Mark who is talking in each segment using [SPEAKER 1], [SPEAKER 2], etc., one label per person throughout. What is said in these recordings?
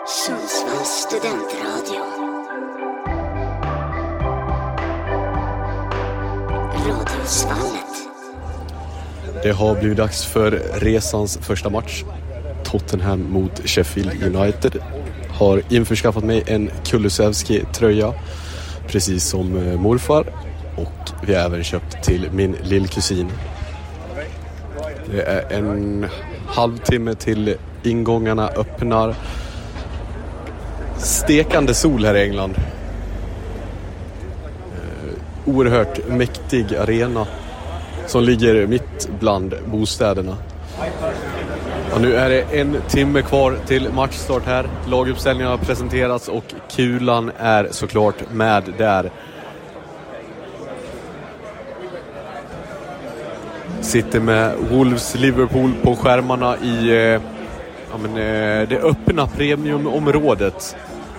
[SPEAKER 1] Sundsvalls studentradio. Radiosvallet.
[SPEAKER 2] Det har blivit dags för resans första match. Tottenham mot Sheffield United. Har införskaffat mig en Kulusevski-tröja, precis som morfar. Och vi har även köpt till min lillkusin. Det är en halvtimme till ingångarna öppnar. Stekande sol här i England. Oerhört mäktig arena som ligger mitt bland bostäderna. Och nu är det en timme kvar till matchstart här. Laguppställningarna har presenterats och kulan är såklart med där. Sitter med Wolves Liverpool på skärmarna i det öppna premiumområdet.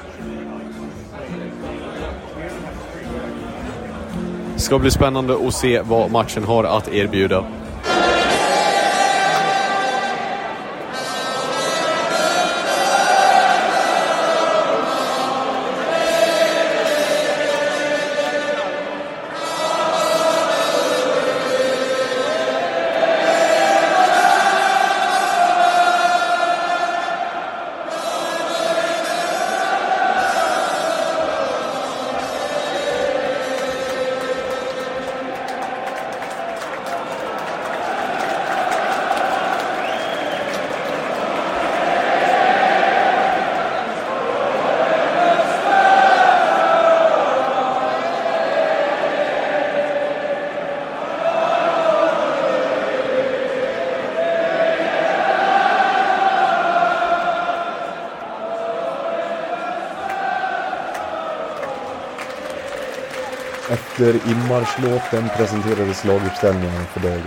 [SPEAKER 2] Ska bli spännande att se vad matchen har att erbjuda.
[SPEAKER 3] Efter inmarschlåten presenterades laguppställningen för dagen.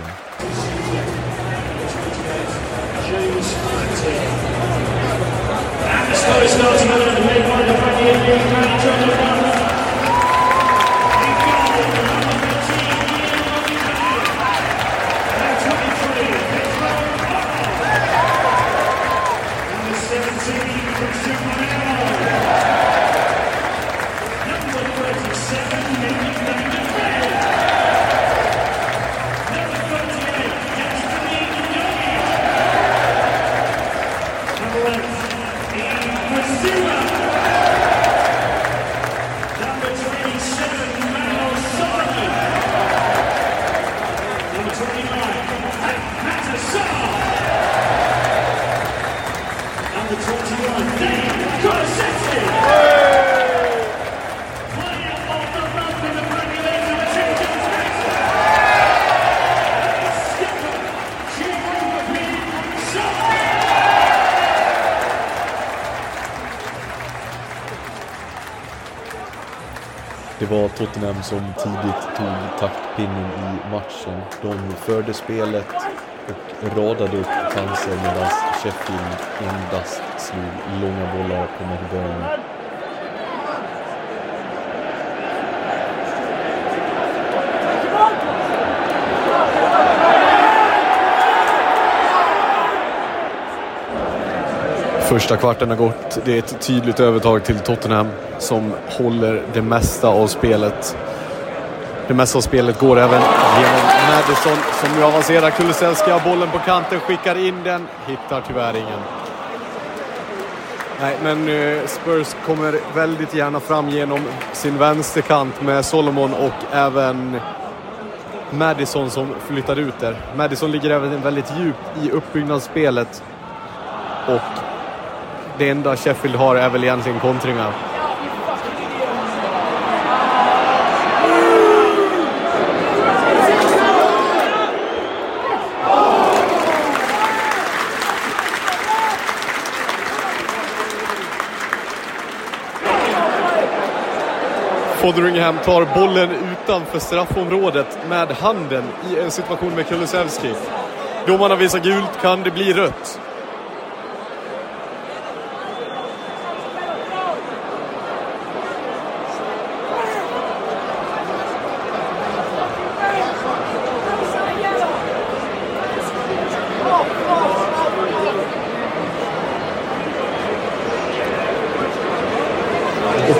[SPEAKER 3] Det var Tottenham som tidigt tog taktpinnen i matchen. De förde spelet och radade upp chanser medan Sheffield endast slog långa bollar på McBurn.
[SPEAKER 2] Första kvarten har gått. Det är ett tydligt övertag till Tottenham som håller det mesta av spelet. Det mesta av spelet går även genom Maddison som nu avancerar. Kulusevski har bollen på kanten, skickar in den. Hittar tyvärr ingen. Nej, men Spurs kommer väldigt gärna fram genom sin vänsterkant med Solomon och även Maddison som flyttar ut där. Maddison ligger även väldigt djupt i uppbyggnadsspelet. Och det enda Sheffield har är väl egentligen kontringar. Fotheringham tar bollen utanför straffområdet med handen i en situation med Kulusevski. Domarna visar gult, kan det bli rött?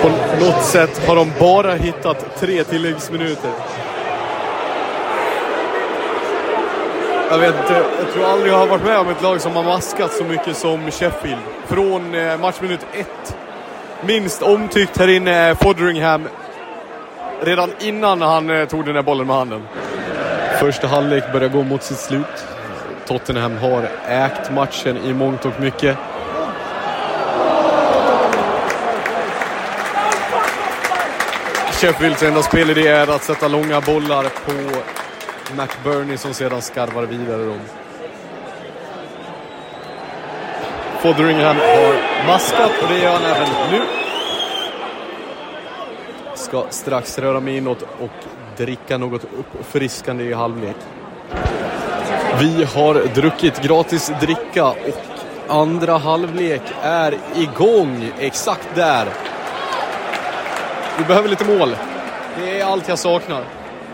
[SPEAKER 2] På något sätt har de bara hittat 3 tilläggsminuter. Jag vet inte, jag tror aldrig jag har varit med om ett lag som har maskat så mycket som Sheffield. Från matchminut 1. Minst omtyckt här inne är Fotheringham redan innan han tog den där bollen med handen. Första halvlek börjar gå mot sitt slut. Tottenham har ägt matchen i mångt och mycket. Sheffields enda spelidé är att sätta långa bollar på McBurney som sedan skarvar vidare dem. Fotheringham har maskat och det gör han även nu. Ska strax röra mig inåt och dricka något uppfriskande i halvlek. Vi har druckit gratis dricka och andra halvlek är igång. Exakt där. Vi behöver lite mål. Det är allt jag saknar.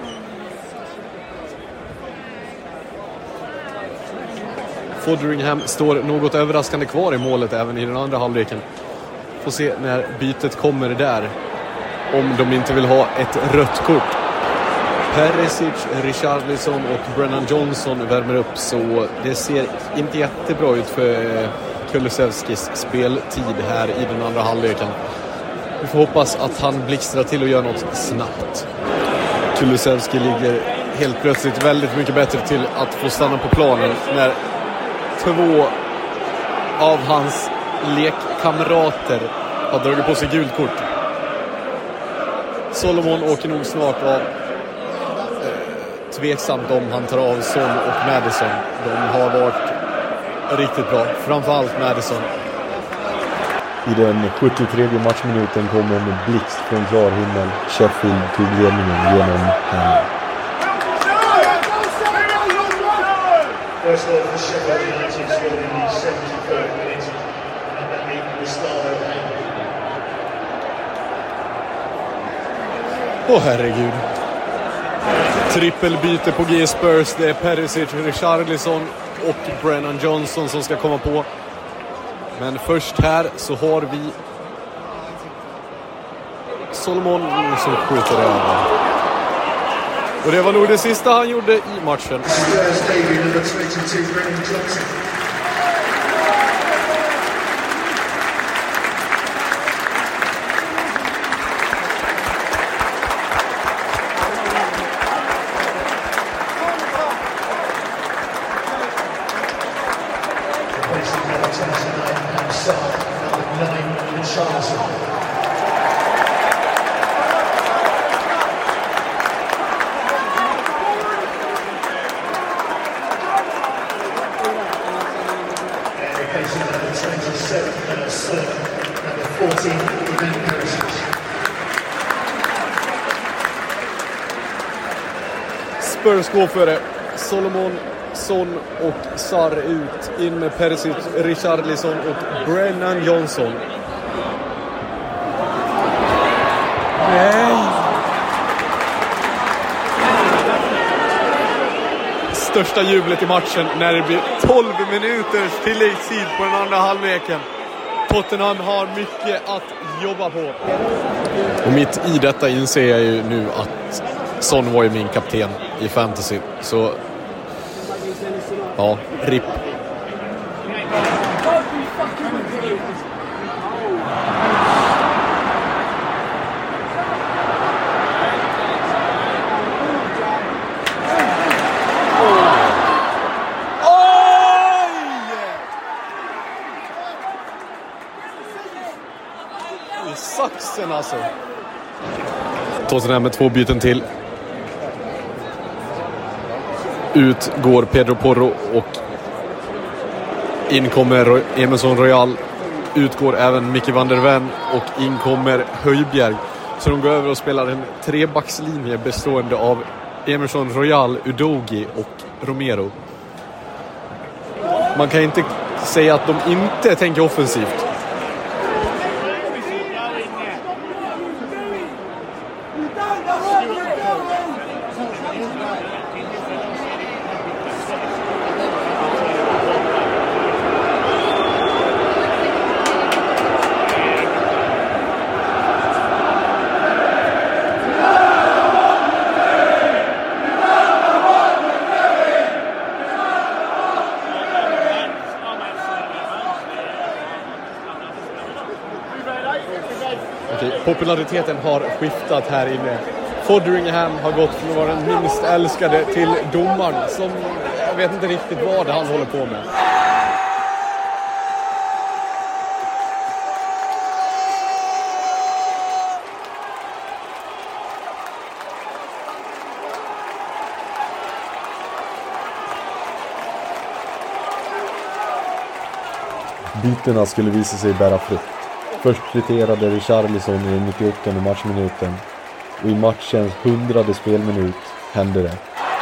[SPEAKER 2] Fotheringham står något överraskande kvar i målet även i den andra halvleken. Får se när bytet kommer där. Om de inte vill ha ett rött kort. Perisic, Richarlison och Brennan Johnson värmer upp, så det ser inte jättebra ut för Kulusevskis speltid här i den andra halvleken. Vi får hoppas att han blixtrar till och gör något snabbt. Kulusevski ligger helt plötsligt väldigt mycket bättre till att få stanna på planen när 2 av hans lekkamrater har dragit på sig gult kort. Solomon åker nog snart av. Tveksamt om han tar av Son och Maddison. De har varit riktigt bra. Framförallt Maddison.
[SPEAKER 3] I den 73 matchminuten kom en blixt från klar himmel. Sheffield tog ledningen genom henne.
[SPEAKER 2] Åh herregud. Trippelbyte på G Spurs. Det är Perisic, Richarlison och Brennan Johnson som ska komma på. Men först här så har vi Solomon som skjuter över. Och det var nog det sista han gjorde i matchen. Spurs går för det. Solomon, Son och Sarr ut. In med Perisic, Richarlison och Brennan Johnson. Nej. Största jublet i matchen när det blir 12 minuters tilläggstid på den andra halvleken. Tottenham har mycket att jobba på. Och mitt i detta inser jag ju nu att Son var ju min kapten i fantasy. Så ja, RIP. Saxen alltså. Tottenham med 2 byten till. Ut går Pedro Porro och in kommer Emerson Royal. Ut går även Mickey van der Ven och in kommer Höjbjerg. Så de går över och spelar en 3-backslinje bestående av Emerson Royal, Udogi och Romero. Man kan inte säga att de inte tänker offensivt. Okej, populariteten har skiftat här inne. Fotheringham har gått från att vara den minst älskade till domaren som jag vet inte riktigt vad han håller på med.
[SPEAKER 3] Bytena skulle visa sig bära frukt. Först kvitterade Richarlison i den 98:e matchminuten. Och i matchens 100:e spelminut hände det.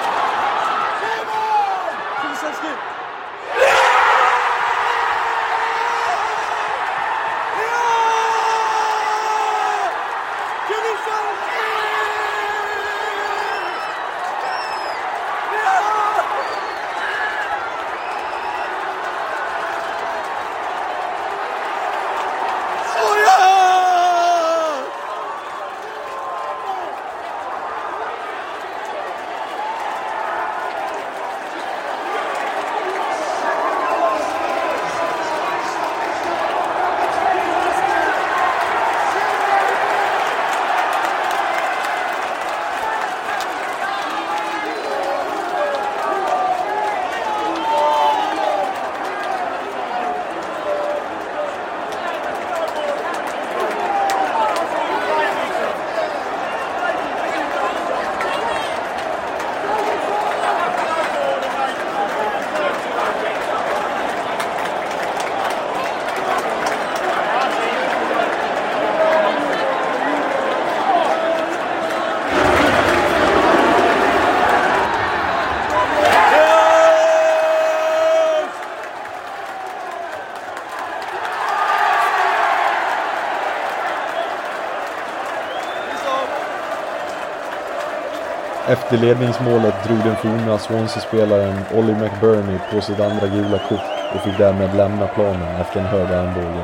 [SPEAKER 3] Efter ledningsmålet drog den forna Swansea-spelaren Ollie McBurney på sitt andra gula kort och fick därmed lämna planen efter en hög armbåge.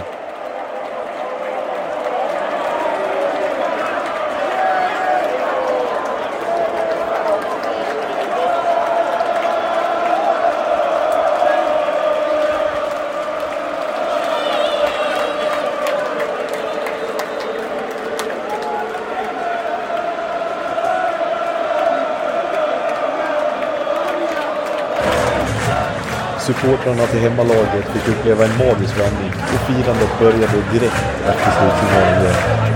[SPEAKER 3] Supportrarna till hemmalaget fick uppleva en magisk vändning och firandet började direkt efter slutsignalen.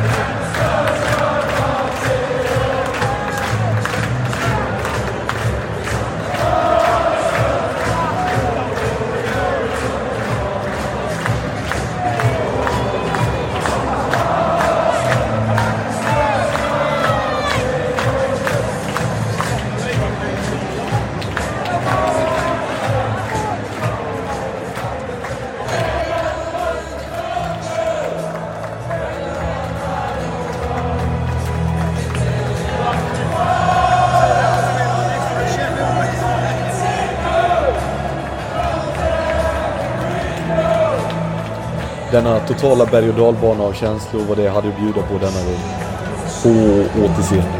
[SPEAKER 3] Denna totala berg- och dalbana av känslor var det jag hade att bjuda på denna gång. På återseende.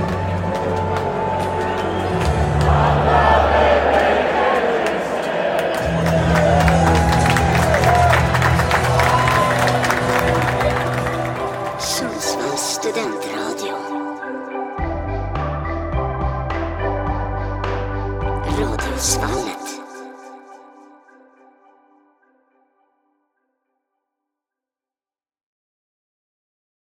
[SPEAKER 1] Sundsvalls studentradio. Radiosvallet.